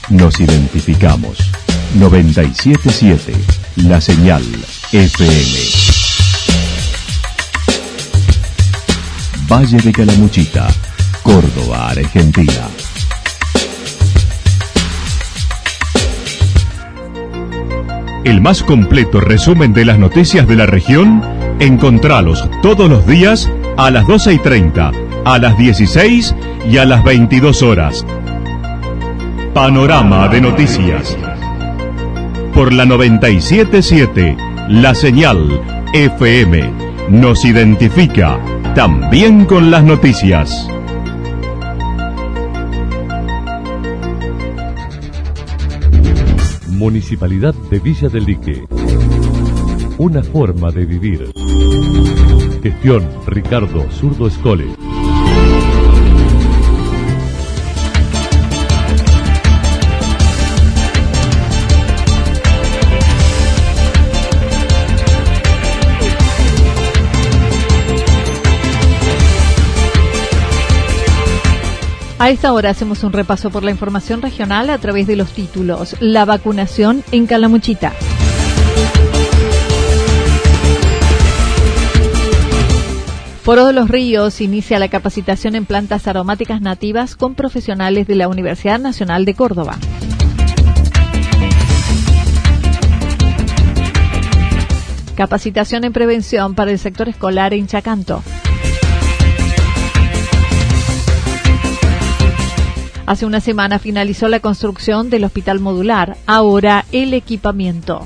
Nos identificamos. 97.7, La Señal FM. Valle de Calamuchita, Córdoba, Argentina. El más completo resumen de las noticias de la región, encontralos todos los días a las 12:30, a las 16 y a las 22 horas. Panorama de Noticias. Por la 97.7, La Señal FM. Nos identifica también con las noticias. Municipalidad de Villa del Lique. Una forma de vivir. Gestión Ricardo Zurdo Escole. A esta hora hacemos un repaso por la información regional a través de los títulos. La vacunación en Calamuchita. Foro de los Ríos inicia la capacitación en plantas aromáticas nativas con profesionales de la Universidad Nacional de Córdoba. Capacitación en prevención para el sector escolar en Chacanto. Hace una semana finalizó la construcción del hospital modular, ahora el equipamiento.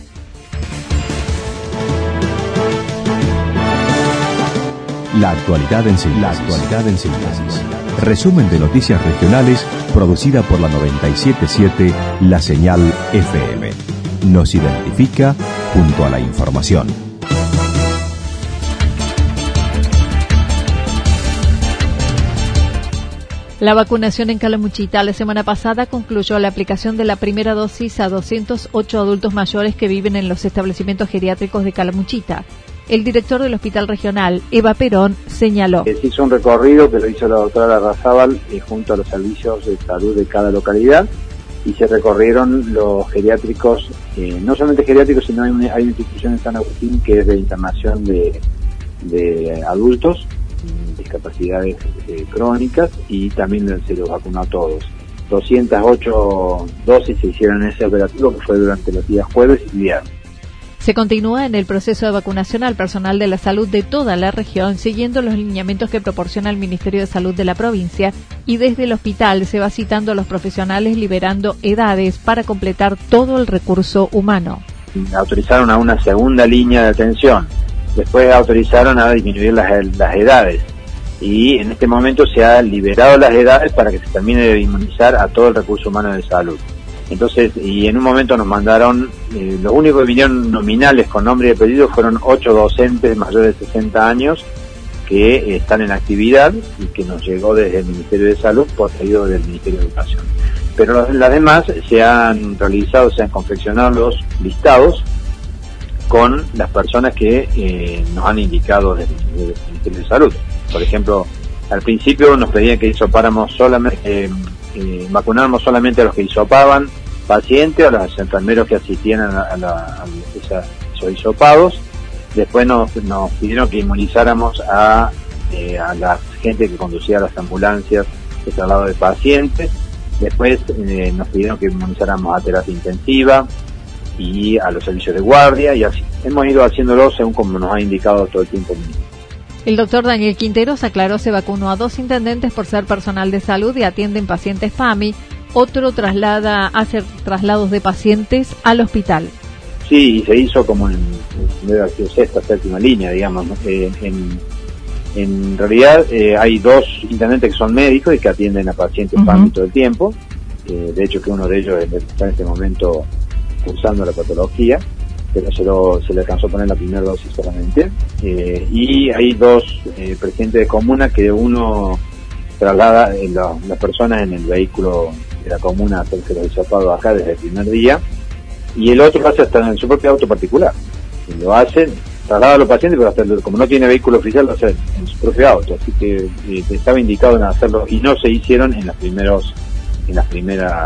La actualidad en síntesis. Resumen de noticias regionales producida por la 97.7 La Señal FM. Nos identifica junto a la información. La vacunación en Calamuchita la semana pasada concluyó la aplicación de la primera dosis a 208 adultos mayores que viven en los establecimientos geriátricos de Calamuchita. El director del Hospital Regional, Eva Perón, señaló. Se hizo un recorrido que lo hizo la doctora Larrazábal junto a los servicios de salud de cada localidad y se recorrieron los geriátricos, no solamente geriátricos, sino hay una institución en San Agustín que es de internación de adultos, discapacidades crónicas, y también se los vacunó a todos. 208 dosis se hicieron en ese operativo que fue durante los días jueves y viernes. Se continúa en el proceso de vacunación al personal de la salud de toda la región, siguiendo los lineamientos que proporciona el Ministerio de Salud de la provincia, y desde el hospital se va citando a los profesionales liberando edades para completar todo el recurso humano. Autorizaron a una segunda línea de atención, después autorizaron a disminuir las edades, y en este momento se ha liberado las edades para que se termine de inmunizar a todo el recurso humano de salud. Entonces, y en un momento nos mandaron, los únicos que vinieron nominales con nombre y apellido fueron 8 docentes mayores de 60 años que están en actividad y que nos llegó desde el Ministerio de Salud por pedido del Ministerio de Educación. Pero las demás se han confeccionado los listados con las personas que nos han indicado desde el Ministerio de Salud. Por ejemplo, al principio nos pedían que hisopáramos solamente, vacunáramos solamente a los que hisopaban pacientes o a los enfermeros que asistían a esos hisopados. Después nos pidieron que inmunizáramos a la gente que conducía las ambulancias de traslado de pacientes. Después nos pidieron que inmunizáramos a terapia intensiva y a los servicios de guardia, y así hemos ido haciéndolo según como nos ha indicado todo el tiempo. El doctor Daniel Quinteros aclaró se vacunó a 2 intendentes por ser personal de salud y atienden pacientes PAMI. Otro hace traslados de pacientes al hospital. Sí, y se hizo como en sexta, séptima línea, digamos, ¿no? En realidad hay 2 intendentes que son médicos y que atienden a pacientes PAMI todo el tiempo. De hecho que uno de ellos está en este momento cursando la patología, pero se le alcanzó a poner la primera dosis solamente. Y hay 2 presidentes de comuna, que uno traslada las personas en el vehículo de la comuna a hacerse los hisopados acá desde el primer día, y el otro lo hace hasta en su propio auto particular. Y lo hacen, traslada a los pacientes, pero hasta como no tiene vehículo oficial, lo hace en su propio auto. Así que estaba indicado en hacerlo, y no se hicieron en las primeras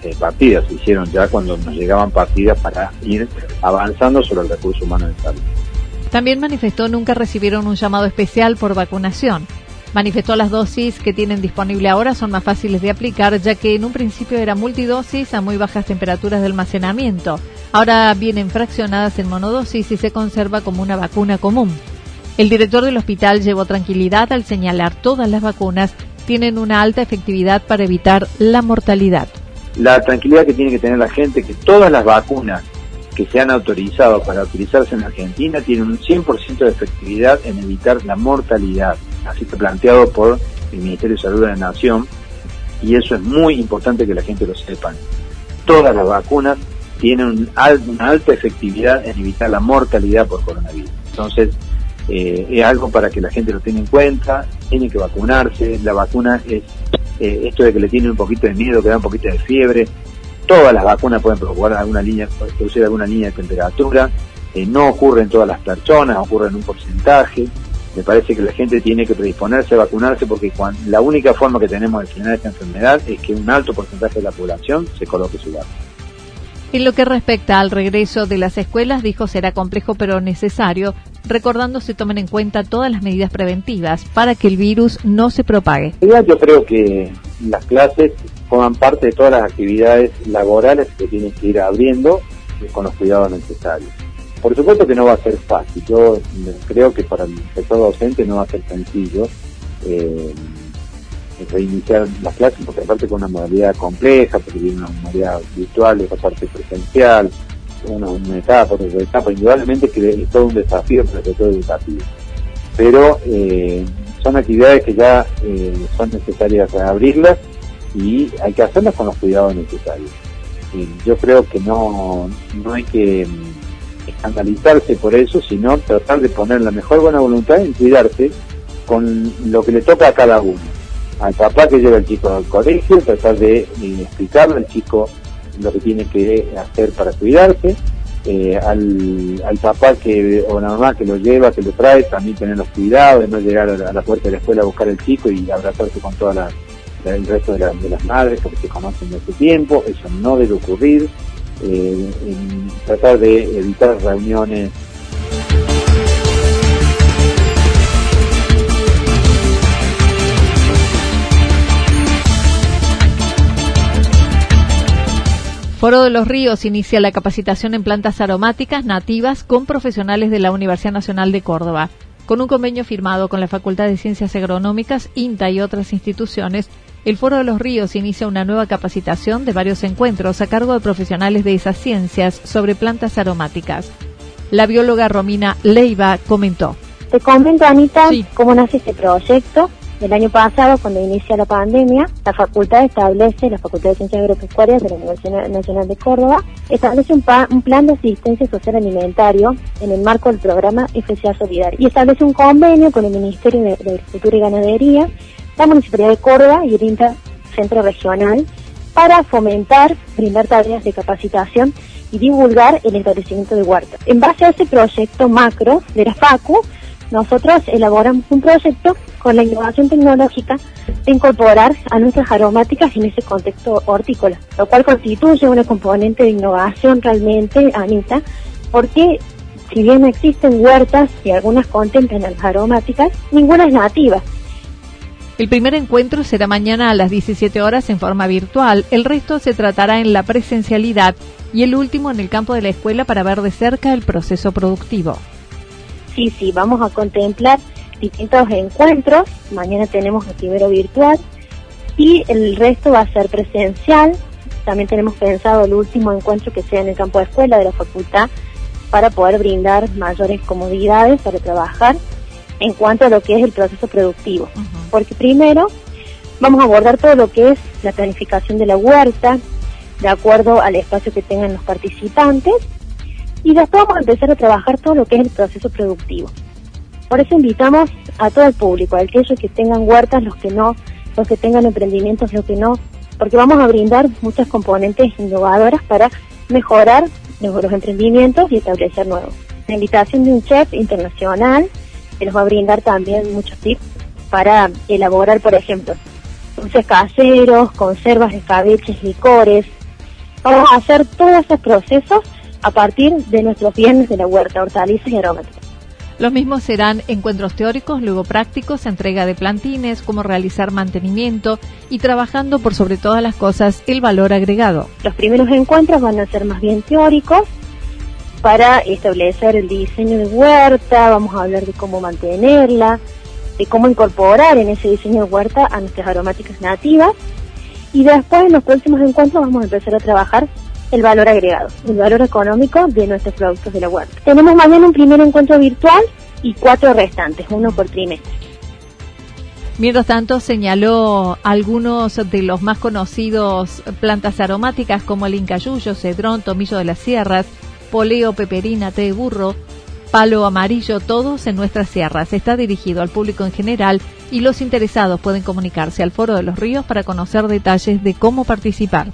partidas, se hicieron ya cuando nos llegaban partidas para ir avanzando sobre el recurso humano de salud. También manifestó nunca recibieron un llamado especial por vacunación. Manifestó las dosis que tienen disponible ahora son más fáciles de aplicar, ya que en un principio era multidosis a muy bajas temperaturas de almacenamiento. Ahora vienen fraccionadas en monodosis y se conserva como una vacuna común. El director del hospital llevó tranquilidad al señalar todas las vacunas tienen una alta efectividad para evitar la mortalidad. La tranquilidad que tiene que tener la gente, que todas las vacunas que se han autorizado para utilizarse en Argentina tienen un 100% de efectividad en evitar la mortalidad. Así está planteado por el Ministerio de Salud de la Nación, y eso es muy importante que la gente lo sepa. Todas las vacunas tienen una alta efectividad en evitar la mortalidad por coronavirus. Entonces, es algo para que la gente lo tenga en cuenta, tiene que vacunarse. La vacuna es esto de que le tienen un poquito de miedo, que da un poquito de fiebre. Todas las vacunas pueden producir alguna línea de temperatura, no ocurre en todas las personas, ocurre en un porcentaje. Me parece que la gente tiene que predisponerse a vacunarse, porque la única forma que tenemos de frenar esta enfermedad es que un alto porcentaje de la población se coloque su vacuna. En lo que respecta al regreso de las escuelas, dijo será complejo pero necesario, recordando se tomen en cuenta todas las medidas preventivas para que el virus no se propague. Yo creo que las clases forman parte de todas las actividades laborales que tienen que ir abriendo con los cuidados necesarios. Por supuesto que no va a ser fácil. Yo creo que para el sector docente no va a ser sencillo reiniciar las clases, porque aparte con una modalidad compleja, porque tiene una modalidad virtual, otra parte presencial, una etapa, otra etapa, indudablemente que es todo un desafío para el sector educativo. Pero son actividades que ya son necesarias reabrirlas y hay que hacerlas con los cuidados necesarios. Yo creo que no hay que escandalizarse por eso, sino tratar de poner la mejor buena voluntad en cuidarse con lo que le toca a cada uno. Al papá que lleva al chico al colegio, tratar de explicarle al chico lo que tiene que hacer para cuidarse, al papá o la mamá que lo lleva, que lo trae, también tener los cuidados de no llegar a la puerta de la escuela a buscar al chico y abrazarse con toda el resto de las madres porque se conocen de hace tiempo. Eso no debe ocurrir. Tratar de evitar reuniones. Foro de los Ríos inicia la capacitación en plantas aromáticas nativas con profesionales de la Universidad Nacional de Córdoba. Con un convenio firmado con la Facultad de Ciencias Agronómicas, INTA y otras instituciones, el Foro de los Ríos inicia una nueva capacitación de varios encuentros a cargo de profesionales de esas ciencias sobre plantas aromáticas. La bióloga Romina Leiva comentó. Te comento, Anita, sí, cómo nace este proyecto. El año pasado, cuando inicia la pandemia, la Facultad de Ciencias Agropecuarias de la Universidad Nacional de Córdoba, establece un plan de asistencia social alimentario en el marco del programa FCA Solidario y establece un convenio con el Ministerio de Agricultura y Ganadería, la Municipalidad de Córdoba y el INTA Centro Regional para fomentar, brindar tareas de capacitación y divulgar el establecimiento de huertas. En base a ese proyecto macro de la FACU, nosotros elaboramos un proyecto con la innovación tecnológica de incorporar a nuestras aromáticas en ese contexto hortícola, lo cual constituye una componente de innovación realmente, Anita, porque si bien existen huertas y algunas contemplan las aromáticas, ninguna es nativa. El primer encuentro será mañana a las 17 horas en forma virtual, el resto se tratará en la presencialidad y el último en el campo de la escuela para ver de cerca el proceso productivo. Sí, vamos a contemplar distintos encuentros. Mañana tenemos el primero virtual y el resto va a ser presencial. También tenemos pensado el último encuentro que sea en el campo de escuela de la facultad para poder brindar mayores comodidades para trabajar en cuanto a lo que es el proceso productivo. Porque primero vamos a abordar todo lo que es la planificación de la huerta, de acuerdo al espacio que tengan los participantes, y después vamos a empezar a trabajar todo lo que es el proceso productivo. Por eso invitamos a todo el público, a aquellos que tengan huertas, los que no, los que tengan emprendimientos, los que no, porque vamos a brindar muchas componentes innovadoras para mejorar los emprendimientos y establecer nuevos. La invitación de un chef internacional que nos va a brindar también muchos tips para elaborar, por ejemplo, dulces caseros, conservas de escabeches, licores, Vamos a hacer todos esos procesos a partir de nuestros bienes de la huerta, hortalizas y aromáticas. Los mismos serán encuentros teóricos, luego prácticos, entrega de plantines, cómo realizar mantenimiento y trabajando por sobre todas las cosas el valor agregado. Los primeros encuentros van a ser más bien teóricos para establecer el diseño de huerta, vamos a hablar de cómo mantenerla, de cómo incorporar en ese diseño de huerta a nuestras aromáticas nativas, y después en los próximos encuentros vamos a empezar a trabajar el valor agregado, el valor económico de nuestros productos de la huerta. Tenemos mañana un primer encuentro virtual y 4 restantes, 1 por trimestre. Mientras tanto, señaló algunos de los más conocidos plantas aromáticas como el incayuyo, cedrón, tomillo de las sierras, poleo, peperina, té de burro, palo amarillo, todos en nuestras sierras. Está dirigido al público en general y los interesados pueden comunicarse al Foro de los Ríos para conocer detalles de cómo participar.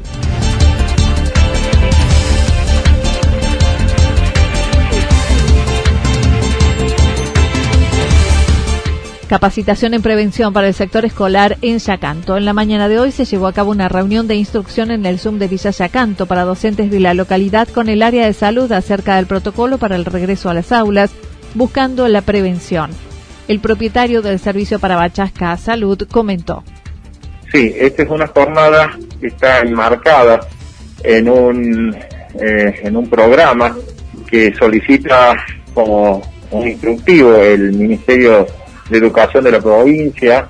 Capacitación en prevención para el sector escolar en Yacanto. En la mañana de hoy se llevó a cabo una reunión de instrucción en el Zoom de Villa Yacanto para docentes de la localidad con el área de salud acerca del protocolo para el regreso a las aulas, buscando la prevención. El propietario del Servicio para Bachasca Salud comentó. Sí, esta es una jornada que está enmarcada en un programa que solicita como un instructivo el Ministerio de Educación de la provincia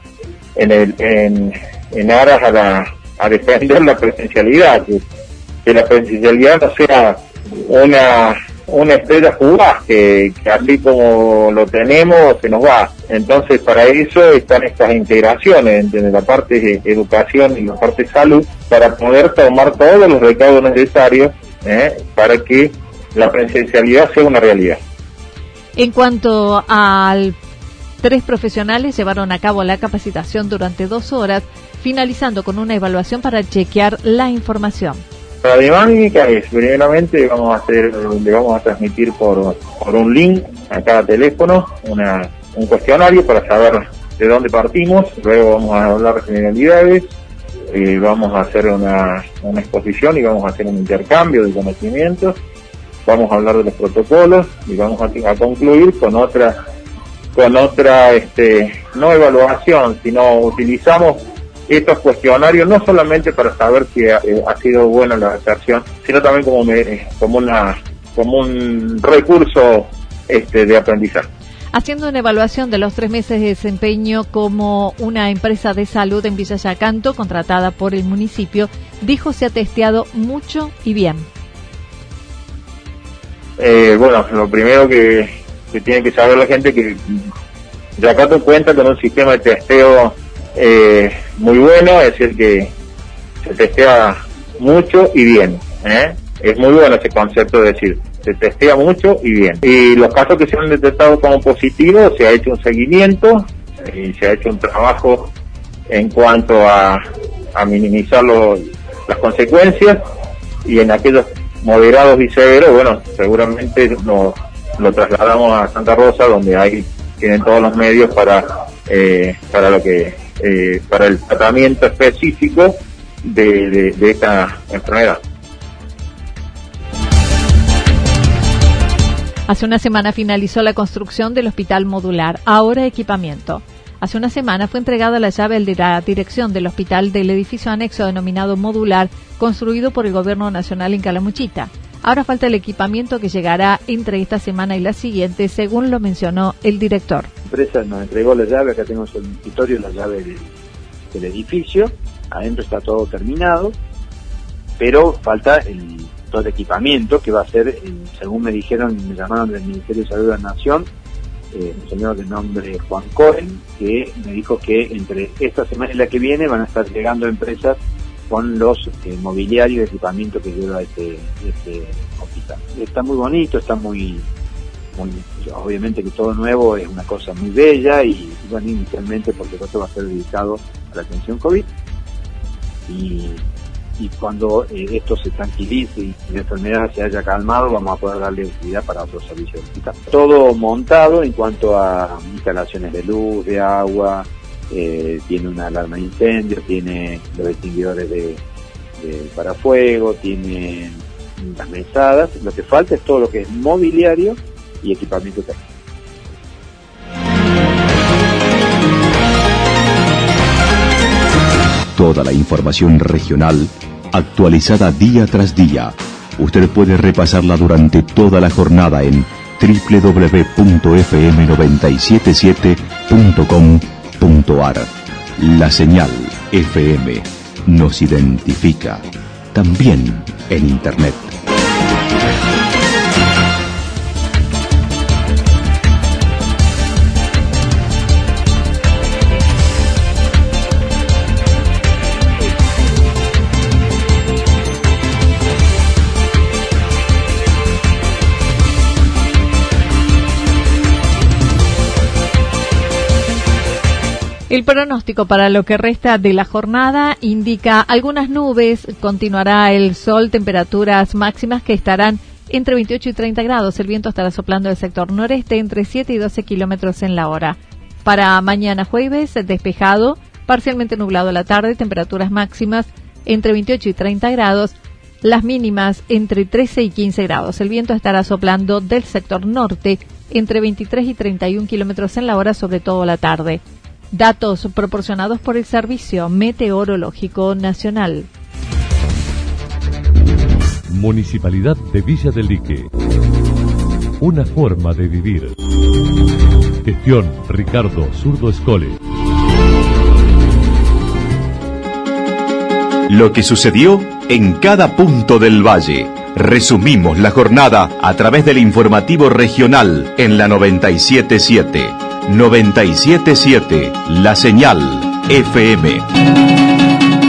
en aras a defender la presencialidad, que la presencialidad no sea una estrella fugaz, que así como lo tenemos se nos va. Entonces para eso están estas integraciones entre la parte de educación y la parte de salud, para poder tomar todos los recaudos necesarios para que la presencialidad sea una realidad. En cuanto al 3 profesionales llevaron a cabo la capacitación durante 2 horas, finalizando con una evaluación para chequear la información. La dinámica es, primeramente, le vamos a transmitir por un link a cada teléfono un cuestionario para saber de dónde partimos. Luego vamos a hablar de generalidades, vamos a hacer una exposición y vamos a hacer un intercambio de conocimientos. Vamos a hablar de los protocolos y vamos a concluir con otra no evaluación, sino utilizamos estos cuestionarios no solamente para saber si ha sido buena la aserción, sino también como un recurso de aprendizaje. Haciendo una evaluación de los 3 meses de desempeño como una empresa de salud en Villa Yacanto, contratada por el municipio, dijo se ha testeado mucho y bien. Bueno, lo primero que tiene que saber la gente que Yacanto cuenta con un sistema de testeo muy bueno, es decir que se testea mucho y bien, es muy bueno ese concepto de decir, se testea mucho y bien. Y los casos que se han detectado como positivos, se ha hecho un seguimiento y se ha hecho un trabajo en cuanto a minimizar las consecuencias, y en aquellos moderados y severos, bueno, seguramente lo trasladamos a Santa Rosa, donde tienen todos los medios para el tratamiento específico de esta enfermedad. Hace una semana finalizó la construcción del hospital modular, ahora equipamiento. Hace una semana fue entregada la llave de la dirección del hospital del edificio anexo denominado modular, construido por el Gobierno Nacional en Calamuchita. Ahora falta el equipamiento que llegará entre esta semana y la siguiente, según lo mencionó el director. La empresa nos entregó la llave, acá tenemos el escritorio, la llave del edificio, adentro está todo terminado, pero falta todo el equipamiento que va a ser, según me llamaron del Ministerio de Salud de la Nación, un señor de nombre Juan Cohen, que me dijo que entre esta semana y la que viene van a estar llegando empresas con los mobiliarios y equipamiento que lleva este hospital. Está muy bonito, está muy, obviamente que todo nuevo es una cosa muy bella y bueno, inicialmente porque esto va a ser dedicado a la atención COVID, y cuando esto se tranquilice y la enfermedad se haya calmado, vamos a poder darle utilidad para otros servicios del hospital. Todo montado en cuanto a instalaciones de luz, de agua, tiene una alarma de incendio, tiene los extinguidores de parafuego, tienen las mesadas. Lo que falta es todo lo que es mobiliario y equipamiento técnico. Toda la información regional actualizada día tras día. Usted puede repasarla durante toda la jornada en www.fm977.com.ar. La señal FM nos identifica también en Internet. El pronóstico para lo que resta de la jornada indica algunas nubes, continuará el sol, temperaturas máximas que estarán entre 28 y 30 grados. El viento estará soplando del sector noreste entre 7 y 12 kilómetros en la hora. Para mañana jueves, despejado, parcialmente nublado a la tarde, temperaturas máximas entre 28 y 30 grados, las mínimas entre 13 y 15 grados. El viento estará soplando del sector norte entre 23 y 31 kilómetros en la hora, sobre todo a la tarde. Datos proporcionados por el Servicio Meteorológico Nacional. Municipalidad de Villa del Lique. Una forma de vivir. Gestión Ricardo Zurdo Escole. Lo que sucedió en cada punto del valle. Resumimos la jornada a través del informativo regional en la 97.7. 97.7, la señal FM.